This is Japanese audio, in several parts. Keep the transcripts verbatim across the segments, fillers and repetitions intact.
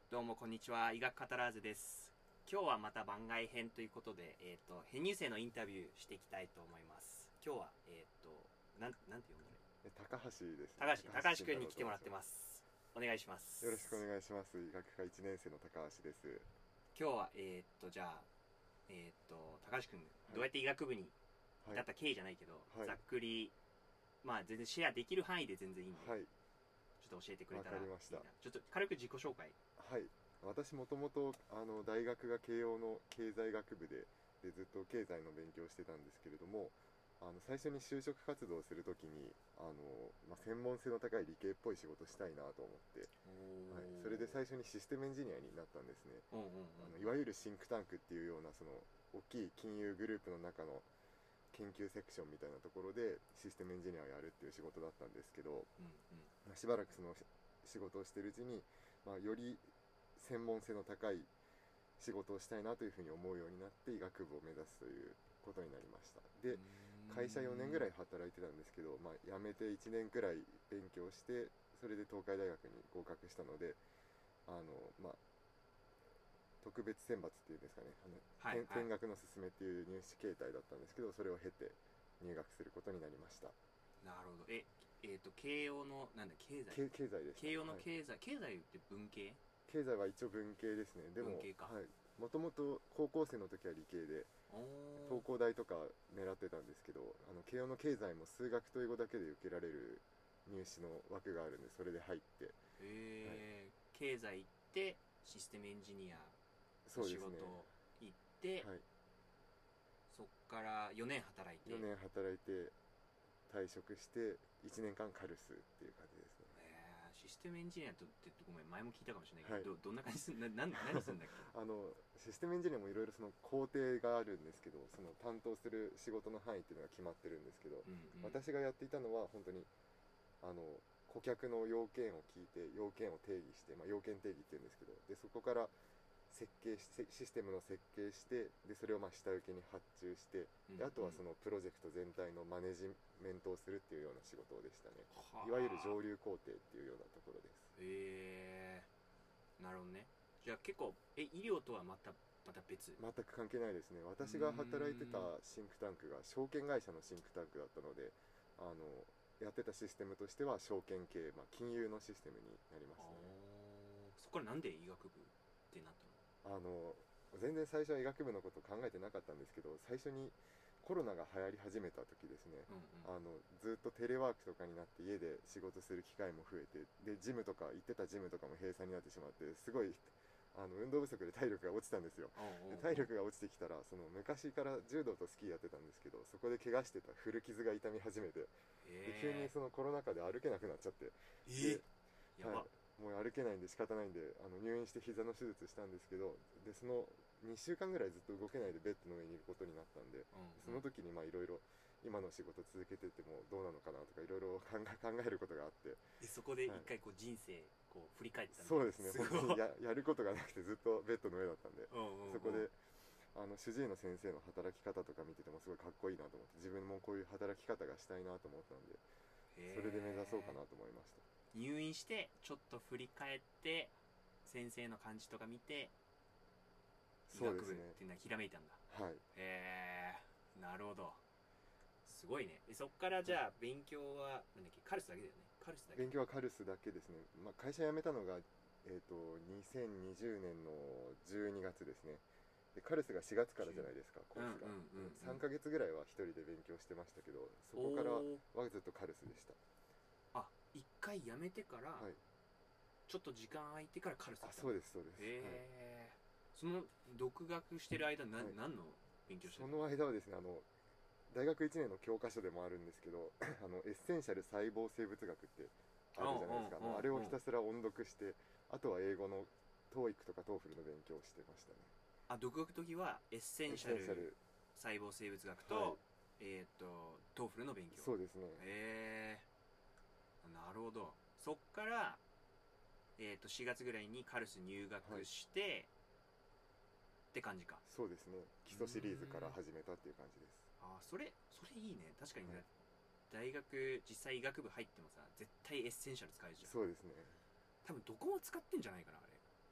どうもこんにちは、医学カタラーゼです。今日はまた番外編ということで、えっ、と編入生のインタビューしていきたいと思います。今日はえっ、となんなんて呼んだらいい？ え高橋ですね。 高橋高橋くんに来てもらってす。 ます。お願いします。 よろしくお願いします。医学科いちねん生の高橋です。 今日はえっ、とじゃあえっ、と高橋くん、 はい、 どうやって医学部に至った経緯じゃないけど、はい、ざっくりまあ全然シェアできる範囲で全然いいんで、はい、ちょっと教えてくれたらいいな。 わかりました。 ちょっと軽く自己紹介。 はい。私もともとあの大学が慶応の経済学部ででずっと経済の勉強をしてたんですけれども、あの最初に就職活動をするときにあの、まあ、専門性の高い理系っぽい仕事したいなと思って、はい、それで最初にシステムエンジニアになったんですね。あのいわゆるシンクタンクっていうようなその大きい金融グループの中の研究セクションみたいなところでシステムエンジニアをやるっていう仕事だったんですけど、うんうんまあ、しばらくその仕事をしているうちに、まあ、より専門性の高い仕事をしたいなというふうに思うようになって医学部を目指すということになりました。で会社よねんぐらい働いてたんですけど、まあ、辞めていちねんくらい勉強してそれで東海大学に合格したのであの、まあ、特別選抜っていうんですかね、あの、はいはい、見学の勧めっていう入試形態だったんですけど、それを経て入学することになりました。 なるほど。ええー、と慶応のなんだ経済経経済です。 慶応の経済、はい、経済って文系？ 経済は一応文系ですね。でももともと高校生の時は理系で東工大とか狙ってたんですけど、あの慶応の経済も数学と英語だけで受けられる入試の枠があるんでそれで入って、へえ、はい、経済行ってシステムエンジニアの仕事行って、はい、そっからよねん働いてよねん働いて退職していちねんかんカルスっていう感じですね。 えー、システムエンジニアとってごめん前も聞いたかもしれないけど、はい、ど, どんな感じするなな何するんだっけあのシステムエンジニアもいろいろその工程があるんですけど、その担当する仕事の範囲っていうのが決まってるんですけど、うんうん、私がやっていたのは本当にあの顧客の要件を聞いて要件を定義して、まあ、要件定義っていうんですけど、でそこから設計しシステムの設計してでそれをまあ下請けに発注してであとはそのプロジェクト全体のマネジメントをするっていうような仕事でしたね。いわゆる上流工程っていうようなところです。 へえー、なるほどね。じゃあ結構え医療とはまたまた別？ 全く関係ないですね。私が働いてたシンクタンクが証券会社のシンクタンクだったので、あのやってたシステムとしては証券系、まあ、金融のシステムになりますね。 そこからなんで医学部ってなったの？ あの全然最初は医学部のこと考えてなかったんですけど、最初にコロナが流行り始めた時ですね、うんうん、あのずっとテレワークとかになって家で仕事する機会も増えてでジムとか行ってたジムとかも閉鎖になってしまってすごいあの運動不足で体力が落ちたんですよ。で体力が落ちてきたらその昔から柔道とスキーやってたんですけど、そこで怪我してた古傷が痛み始めてで急にそのコロナ禍で歩けなくなっちゃって、 えー、 で、はい、もう歩けないんで仕方ないんであの入院して膝の手術したんですけど、でそのにしゅうかんぐらいずっと動けないでベッドの上にいることになったんで、うんうん、その時にいろいろ今の仕事続けててもどうなのかなとかいろいろ考えることがあって、 でそこで一回こう人生こう振り返ったんで、 そうですね、本当に や, やることがなくてずっとベッドの上だったんで、うんうんうん、そこであの主治医の先生の働き方とか見ててもすごいかっこいいなと思って自分もこういう働き方がしたいなと思ったんで、それで目指そうかなと思いました。 入院してちょっと振り返って先生の感じとか見て医学部っていうのはひらめいたんだ。 はい。 へえ、なるほど。すごいね。そっからじゃあ勉強はなんだっけ、カルスだけだよね。カルスだけ。 勉強はカルスだけですね。まあ、会社辞めたのが、えー、とにせんにじゅうねんのじゅうにがつですね。でカルスがしがつからじゃないですか、コースが。さんかげつぐらいは一人で勉強してましたけど、そこからはずっとカルスでした。 あ、一回辞めてから、はい、ちょっと時間空いてからカルスだった。 あ、そうですそうです。 へえ、はい、その独学してる間な、はい、何の勉強してるの？ その間はですね、あの大学いちねんの教科書でもあるんですけどあのエッセンシャル細胞生物学ってあるじゃないですか。あれをひたすら音読してあとは英語の トーイック とか トーフル の勉強をしてましたね。 あ、独学の時はエッセンシャル細胞生物学と、はい、えっ、ー、と トーフル の勉強。 そうですね。 へえ、なるほど。そっからえっ、ー、としがつぐらいにカルス入学して、はい、って感じか。 そうですね。基礎シリーズから始めたっていう感じです。 あ、それそれいいね。確かにね、はい、大学実際医学部入ってもさ絶対エッセンシャル使えるじゃん。 そうですね。 多分どこも使ってんじゃないかなあれ。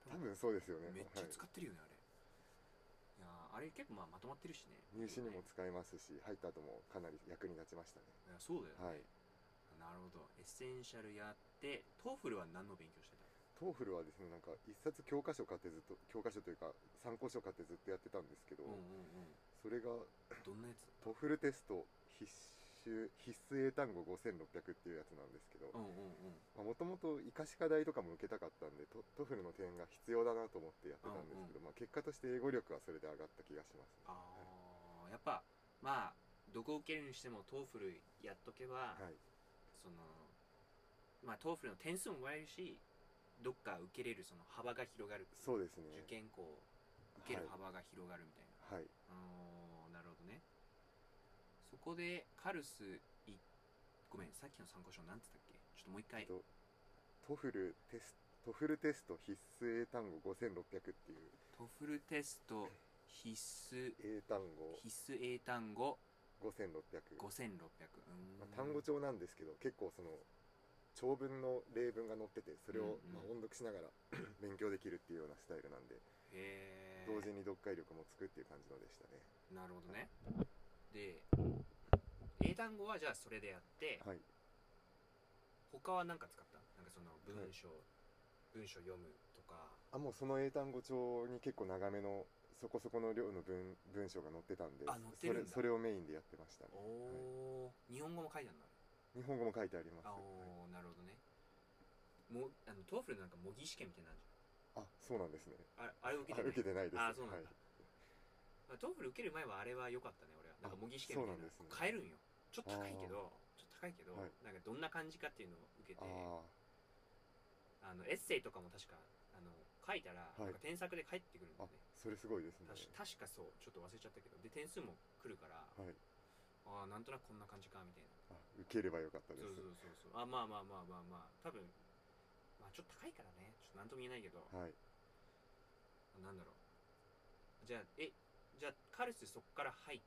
多分そうですよね。 めっちゃはい、 使ってるよね、あれ。いやーあれ結構まあまとまってるしね。 入試にも使えますし、入った後もかなり役に立ちましたね。 いやそうだよね、 はい。 なるほど。エッセンシャルやって、トーフルは何の勉強してた？ トーフルはですね、なんか一冊教科書買ってずっと、教科書というか参考書買ってずっとやってたんですけど、 うんうんうん。 それがどんなやつ？ トフルテスト必修必須英単語ごせんろっぴゃくっていうやつなんですけど、 うんうんうん。 もともと医科歯科大とかも受けたかったんで、トトフルの点が必要だなと思ってやってたんですけど、まあ、結果として英語力はそれで上がった気がしますね。 ああ、やっぱまあどこ受けるにしてもトーフルやっとけば、 はい、 そのまあトーフルの点数ももらえるし、どっか受けれるその幅が広がる。 そうですね。 受験校受ける幅が広がるみたいな。 はい。 あーなるほどね。そこでカルスいごめん、さっきの参考書なんて言ったっけ？ちょっともう一回。 とトフルテストトフルテスト必須英単語ごせんろっぴゃくっていうトフルテスト必須英単語必須英単語ごせんろっぴゃく、 ごせんろっぴゃく。うーん、 まあ、単語帳なんですけど、結構その長文の例文が載ってて、それをうんうんまあ音読しながら勉強できるっていうようなスタイルなんで、 へー同時に読解力もつくっていう感じのでしたね。 なるほどね。で英単語はじゃあそれでやって、 はい。 他は何か使った？なんかその文章、文章読むとか。 あ、もうその英単語帳に結構長めのそこそこの量の文文章が載ってたんで、 あ載ってるんだ。 それそれをメインでやってましたね。 おお、日本語も書いてあるんだ。 日本語も書いてあります。 あお、なるほどね。もあのトーフルなんか模擬試験みたいなのあるあ、そうなんですね。 じゃん。ああれ受けあ、 てない？ 受けてないです。 あそうなんだ。 はい。 まあトーフル受ける前はあれは良かったね、俺は。なんか模擬試験みたいな。 そうなんですね。 買えるんよ。ちょっと高いけど、ちょっと高いけど、 はい、 なんかどんな感じかっていうのを受けて、 ああのエッセイとかも確かあの書いたら、 はいなんか添削で返ってくるんだあ、 よね。 それすごいですね。 たし確かそう、ちょっと忘れちゃったけど、で点数も来るから、 はい。 ああなんとなくこんな感じかみたいな。 あ、受ければよかったです。 そうそうそうそう。あまあまあまあまあまあ、多分まあちょっと高いからね、ちょっとなんとも言えないけど、 はい。 なんだろう。じゃあえじゃあカルスそこから入って、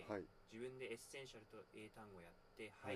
はい。 自分でエッセンシャルと英単語やって入って、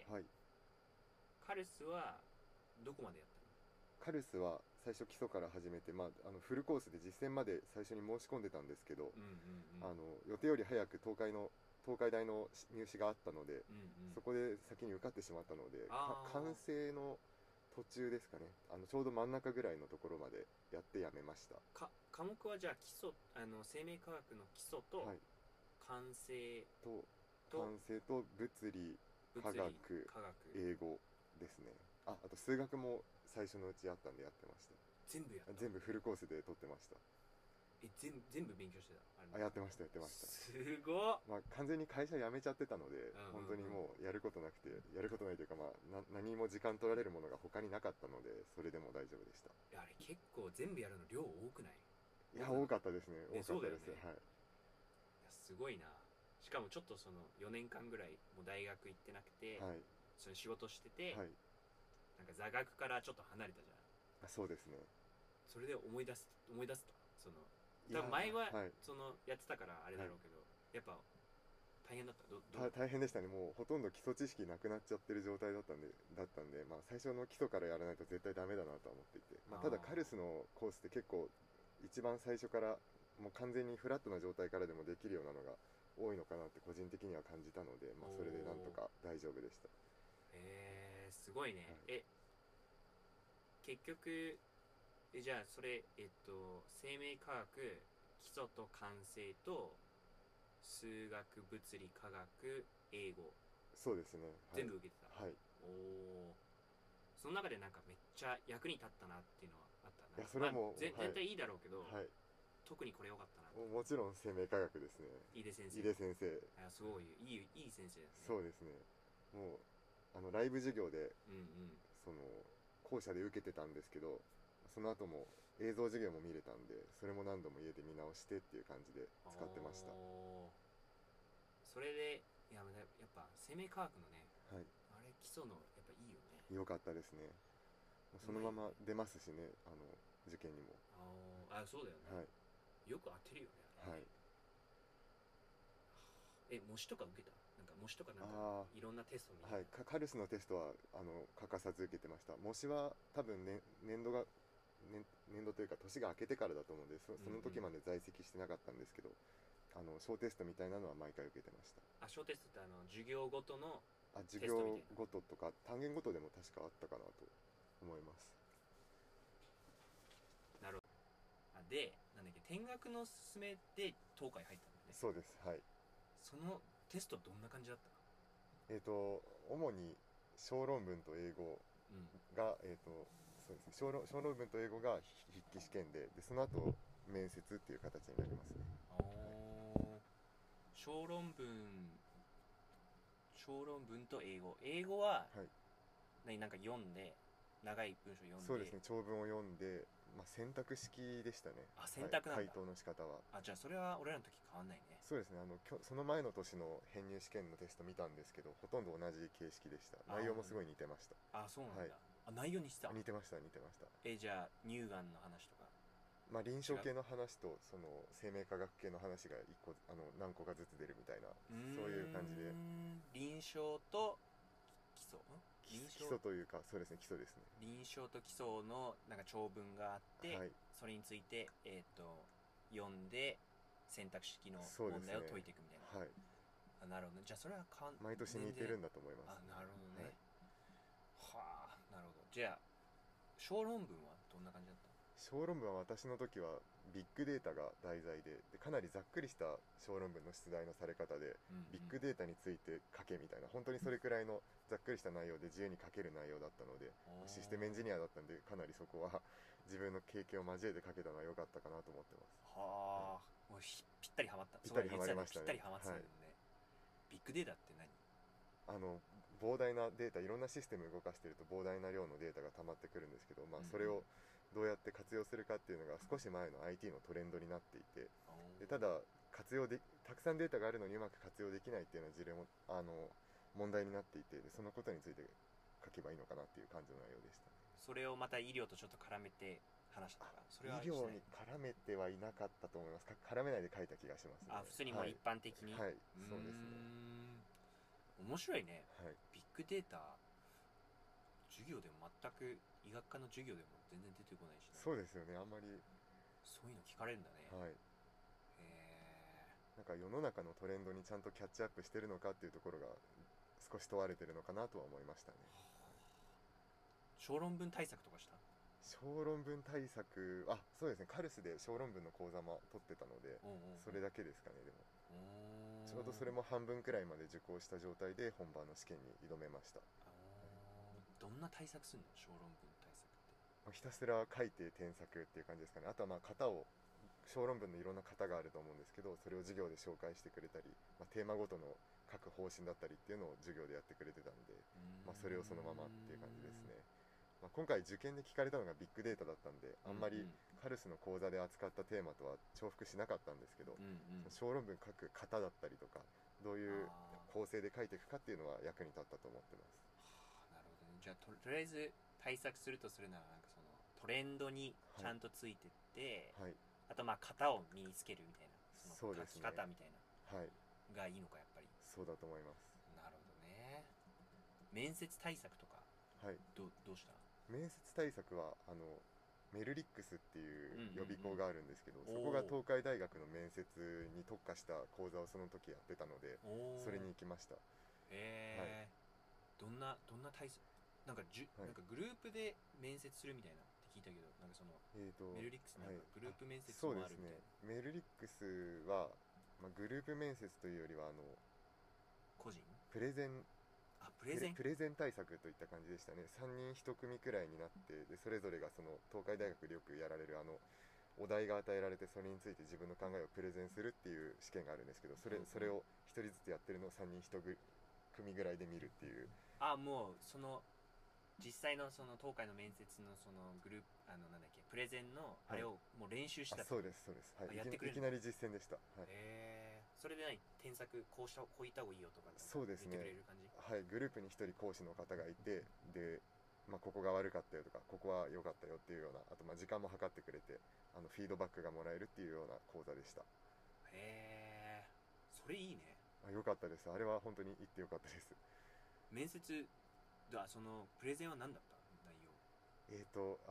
はい。 カルスはどこまでやったカルスは最初基礎から始めて、まあ、あのフルコースで実践まで最初に申し込んでたんですけど、 の？うんうんうん。 あの予定より早く東海の東海大の入試があったので、 うんうん、 そこで先に受かってしまったので、 あー完成の途中ですかね、あのちょうど真ん中ぐらいのところまでやってやめました。 か科目はじゃあ基礎、あの生命科学の基礎とはい、 完成とと完成と物理、科物理学、 科学英語ですね。あ、あと数学も最初のうちあったんでやってました。 全部やった？ 全部フルコースで取ってました。 え全全部勉強してた？ あ、やってましたやってました。 すごっ。 まあ、完全に会社辞めちゃってたので、 うんうんうん本当にもうやることなくて、やることないというか、まあ、な何も時間取られるものが他になかったので、それでも大丈夫でした。 いやあれ結構全部やるの量多くない？ いや、多かったですね。 ね多かったです。 そうだよねはい。 いやすごいな。しかもちょっとそのよねんかんぐらいもう大学行ってなくて、 はい。 その仕事してて、 はい。 なんか座学からちょっと離れたじゃん。 あ、そうですね。 それで思い出す思い出すとそのいや多分前は、 はい、 そのやってたからあれだろうけど、やっぱ大変だった。どどた大変でしたね。もうほとんど基礎知識なくなっちゃってる状態だったんで、だったんで、まあ、最初の基礎からやらないと絶対ダメだなとは思っていて、まあ、ただあーカルスのコースって結構一番最初からもう完全にフラットな状態からでもできるようなのが多いのかなって個人的には感じたので、まあ、それでなんとか大丈夫でした。 えー、すごいね、 はい、 え結局えじゃあそれえっと生命科学基礎と完成と数学物理科学英語そうですね。はい、 全部受けてた？ はい。 おお、その中でなんかめっちゃ役に立ったなっていうのはあったな。 いや、それはもう、 まあ、ぜはい、 絶対いいだろうけど、 はい、 特にこれ良かったな。 ももちろん生命科学ですね。 井出先生。 井出先生。 あすごいいいいい先生だね。 そうですね。もうあのライブ授業でうんうん。 その校舎で受けてたんですけど、その後も映像授業も見れたんで、それも何度も家で見直してっていう感じで使ってました。 おーそれでいややっぱ生命科学のね、 はい、 あれ基礎のやっぱいいよね。 良かったですね。そのまま出ますしね、あの受験にも。 ああそうだよね、 はい、 よく当てるよねあれね。 はい。 え模試とか受けた？なんか模試とかなんかあいろんなテスト見てはい、カカルスのテストはあの欠かさず受けてました。模試は多分、ね、年度が年年度というか年が明けてからだと思うんで、そその時まで在籍してなかったんですけど、あの小テストみたいなのは毎回受けてました。 あ、小テストってあの授業ごとのあ、授テストみたいな。 業ごととか単元ごとでも確かあったかなと思います。 なるほど。あで、なんだっけ、天学のすすめで東海入ったんだよね。 そうです。はい。 そのテストどんな感じだった？ えっ、と主に小論文と英語うん。 が、えーとそうですね、小論小論文と英語が筆記試験で、でその後面接っていう形になりますね。 おー、小論文、小論文と英語。英語ははい、 何、なんか読んで、長い文章読んで。 そうですね、長文を読んで、まあ、選択式でしたね。 あ、選択なんだ。 はい、回答の仕方は。 あ、じゃあそれは俺らの時変わんないね。 そうですね、あのきょその前の年の編入試験のテスト見たんですけど、ほとんど同じ形式でした。 あ内容もすごい似てました。 あ、そうなんだ。 はい、 あ、内容にしてた。 似てました似てました。 え、じゃあ乳がんの話とか。 まあ、臨床系の話とその生命科学系の話が一個あの何個かずつ出るみたいな、そういう感じで。 臨床と基礎、臨基礎というか、そうですね、基礎ですね。 臨床と基礎のなんか長文があって、 はい、 それについて、えー、と読んで選択式の問題を解いていくみたいな、 はい、 あ、なるほど。じゃあそれはかん毎年似てるんだと思います。 あ、なるほどね。はあ、なるほど。じゃあ小論文はどんな感じだった？ 小論文は私の時はビッグデータが題材 で, でかなりざっくりした小論文の出題のされ方で、 うんうん、 ビッグデータについて書けみたいな、本当にそれくらいのざっくりした内容で自由に書ける内容だったので、システムエンジニアだったんで、かなりそこは自分の経験を交えて書けたのは良かったかなと思ってます。 はあ、もうひぴったりはまった。 ぴったりはまりましたね。 ぴったりはまってたよね、はい、ビッグデータって何？ あの膨大なデータ、いろんなシステム動かしてると膨大な量のデータが溜まってくるんですけど、まあ、それをどうやって活用するかっていうのが少し前の アイティー のトレンドになっていて、でただ活用でたくさんデータがあるのにうまく活用できないっていうような事例もあの問題になっていて、でそのことについて書けばいいのかなっていう感じの内容でした。 それをまた医療とちょっと絡めて話したか？それは医療に絡めてはいなかったと思います。絡めないで書いた気がしますね。 あ、普通にもう一般的に。 はい、はい、そうですね。 面白いね、 はい、 ビッグデータ授業でも全く、医学科の授業でも全然出てこないし、ね、 そうですよね。あんまりそういうの聞かれるんだね。 はい。 へなんか世の中のトレンドにちゃんとキャッチアップしてるのかっていうところが少し問われてるのかなとは思いましたね。 小論文対策とかした？ 小論文対策、あ、そうですね、カルスで小論文の講座も取ってたので、うんうんうん、それだけですかね。でもちょうどそれも半分くらいまで受講した状態で本番の試験に挑めました。 どんな対策するの？小論文対策って。 ひたすら書いて添削っていう感じですかね。あとはまあ型を、小論文のいろんな型があると思うんですけど、それを授業で紹介してくれたり、まあ、テーマごとの各方針だったりっていうのを授業でやってくれてたんで、まあ、それをそのままっていう感じですね。まあ、今回受験で聞かれたのがビッグデータだったんで、あんまりカルスの講座で扱ったテーマとは重複しなかったんですけど、うんうん、小論文書く型だったりとか、どういう構成で書いていくかっていうのは役に立ったと思ってます。 はあ、なるほどね。じゃあ と, とりあえず対策するとするなら、なんかそのトレンドにちゃんとついてって、はい、あとまあ型を身につけるみたいな、その書き方みたいな、はい、がいいのか、やっぱり。 そうだと思います。 なるほどね。面接対策とか、はい、ど, どうした？ 面接対策はあのメルリックスっていう予備校があるんですけど、うんうんうん、そこが東海大学の面接に特化した講座をその時やってたので、それに行きました。 へえ、はい、どんなどんな対策、なんかじゅ、はい、なんかグループで面接するみたいなって聞いたけど、なんかその、えーと、メルリックスなんかグループ面接もあるみたいな。 そうですね、メルリックスは、まあ、グループ面接というよりはあの個人プレゼンあプレゼンプレゼン対策といった感じでしたね。さんにんいち組くらいになって、でそれぞれがその東海大学でよくやられるあのお題が与えられて、それについて自分の考えをプレゼンするっていう試験があるんですけど、それ、それをひとりずつやってるのをさんにんいち組ぐらいで見るっていう。 あ、もうその実際のその東海の面接のそのグループ、あのなんだっけ、プレゼンのあれをもう練習した、はい、 そうですそうです、はい、 やってくれる。 いきなり実践でした。はい、 へえ。それで何、添削こうしたこういった方がいいよとかそうですね、 言ってくれる感じ？ はい、グループにひとり講師の方がいて、で、まあ、ここが悪かったよとか、ここは良かったよっていうような、あとまあ時間も計ってくれて、あのフィードバックがもらえるっていうような講座でした。 へえ、それいいね。 あ、良かったです。あれは本当に行って良かったです。 面接だ、そのプレゼンは何だった内容？ えーとあ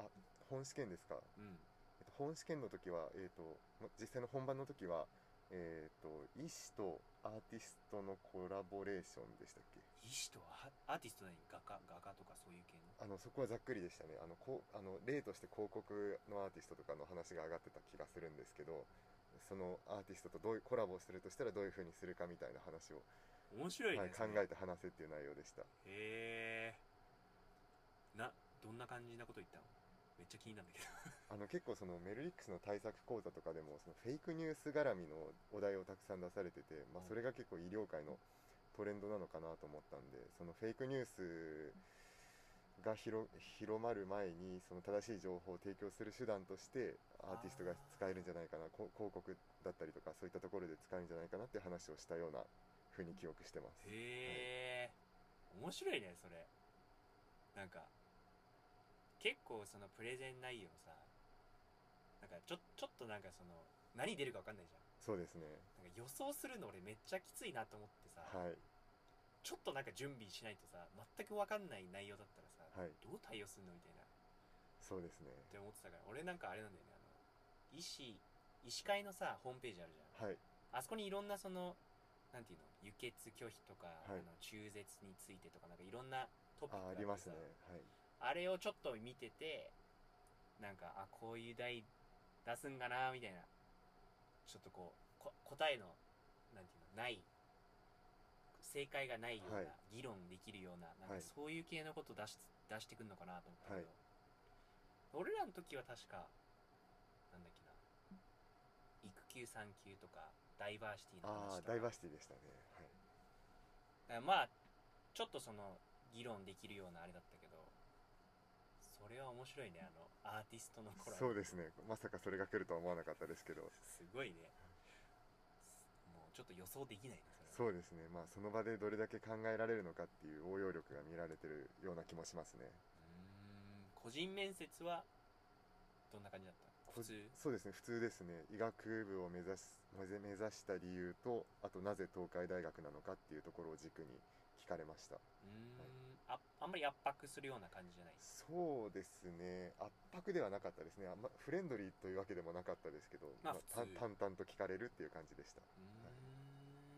本試験ですか。 うん。 えっと、本試験の時は、えっと、ま実際の本番の時は、えっと、医師とアーティストのコラボレーションでしたっけ。 医師とアーティスト何画家画家とかそういう系の。 あのそこはざっくりでしたね。あのこうあの例として広告のアーティストとかの話が上がってた気がするんですけど、そのアーティストとどういうコラボをするとしたらどういう風にするかみたいな話を、 面白いね、 はい、考えて話せっていう内容でした。 へえ。な、どんな感じなこと言ったの？めっちゃ気になるんだけど。 あの結構そのメルリックスの対策講座とかでもそのフェイクニュース絡みのお題をたくさん出されてて、まあ、それが結構医療界のトレンドなのかなと思ったんで、そのフェイクニュースが広広まる前にその正しい情報を提供する手段としてアーティストが使えるんじゃないかな、こ広告だったりとかそういったところで使えるんじゃないかなっていう話をしたような風に記憶してます。 へえ、面白いねそれ。なんか結構そのプレゼン内容さ、なんかちょちょっとなんかその何出るか分かんないじゃん。 そうですね。 なんか予想するの俺めっちゃきついなと思ってさ、 はい。 ちょっとなんか準備しないとさ、全く分かんない内容だったらさ、 はい。 どう対応するのみたいなっそうですね。 て思ってたから、俺なんかあれなんだよね、あの医師医師会のさホームページあるじゃん。 はい。 あそこにいろんなそのなんていうの、輸血拒否とか、 はい、 あの中絶についてとかなんかいろんなトピックがあありますね。はい。 あれをちょっと見てて、なんかあこういう題出すんかなみたいな、ちょっとこうこ答えのなんていうのない正解がないような、 はい、 議論できるような、なんかそういう系のことを出し出してくんのかなと思ったけど、はい、俺らの時は確かなんだっけな、育休産休とかダイバーシティの話とか、 ああダイバーシティでしたね。 はい、まあちょっとその議論できるようなあれだったけど、それは面白いね、あのアーティストのコラボ。 そうですね、まさかそれが来るとは思わなかったですけどすごいね、もうちょっと予想できないねそれは。そうですね、まあその場でどれだけ考えられるのかっていう応用力が見られてるような気もしますね。 うーん、個人面接はどんな感じだった？普通？ そうですね、普通ですね。医学部を目指す目指した理由と、あとなぜ東海大学なのかっていうところを軸に聞かれました。うーん、はい、あ, あんまり圧迫するような感じじゃない？ そうですね、圧迫ではなかったですね。あんまフレンドリーというわけでもなかったですけど、 まあまあ、淡々と聞かれるっていう感じでした。うーん、はい、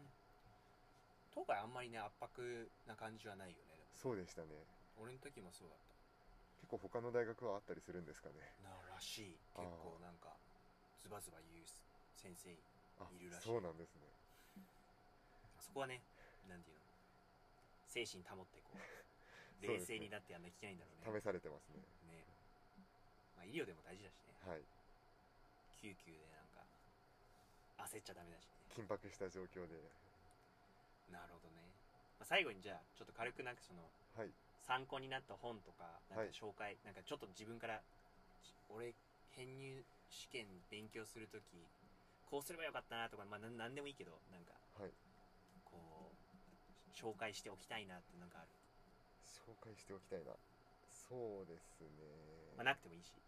東海あんまりね圧迫な感じはないよね。でもそうでしたね。 俺の時もそうだった。 結構他の大学はあったりするんですかね。 ならしい。結構なんかズバズバ言う先生いるらしい。 そうなんですね。 そこはね、なんていうの、精神保ってこう冷静になってやんなきゃいけないんだろうね。 試されてますね。 ね、まあ、医療でも大事だしね。 はい。 救急でなんか焦っちゃダメだしね。 緊迫した状況で。 なるほどね。まあ、最後にじゃあちょっと軽くなんかその、 はい、 参考になった本とかなんか紹介、はい、なんかちょっと自分から俺編入試験勉強するときこうすればよかったなとか、まあ、なんでもいいけど、なんか、はい、こう紹介しておきたいなってなんかある？ 紹介しておきたいな、そうですね、 まあ、なくてもいいし、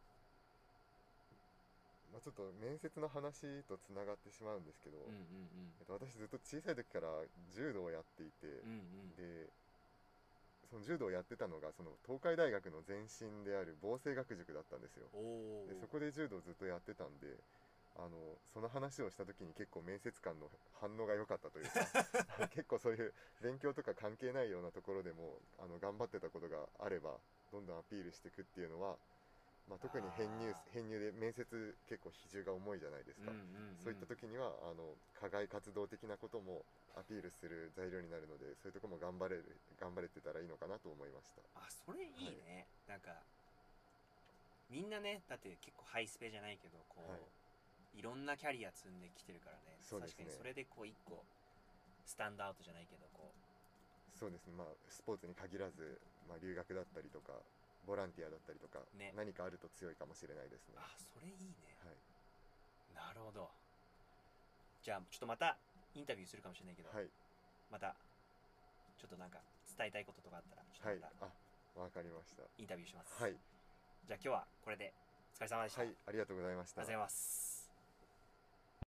まあ、ちょっと面接の話とつながってしまうんですけど、 うんうんうんえっと、私ずっと小さい時から柔道をやっていて、うんうん、でその柔道をやってたのがその東海大学の前身である防政学塾だったんですよ。でそこで柔道をずっとやってたんで、あのその話をした時に結構面接官の反応が良かったというか結構そういう勉強とか関係ないようなところでもあの頑張ってたことがあればどんどんアピールしていくっていうのは、まあ、特に編入編入で面接結構比重が重いじゃないですか、うんうんうん、そういった時にはあの課外活動的なこともアピールする材料になるので、そういうところも頑張れる頑張れてたらいいのかなと思いました。 あ、それいいね、はい、なんかみんなね、だって結構ハイスペじゃないけどこう、はい、いろんなキャリア積んできてるからね。 そうですね、 確かにそれでこう一個スタンドアウトじゃないけどこうそうですね、まあスポーツに限らず、まあ、留学だったりとかボランティアだったりとか、ね、何かあると強いかもしれないですね。 あ、それいいね、 はい、 なるほど。じゃあちょっとまたインタビューするかもしれないけど、はい、またちょっとなんか伝えたいこととかあったらちょっとまた、 はい、あ、わかりました。 インタビューします。 はい、 じゃあ今日はこれでお疲れ様でした。 はい、ありがとうございました。 ありがとうございます。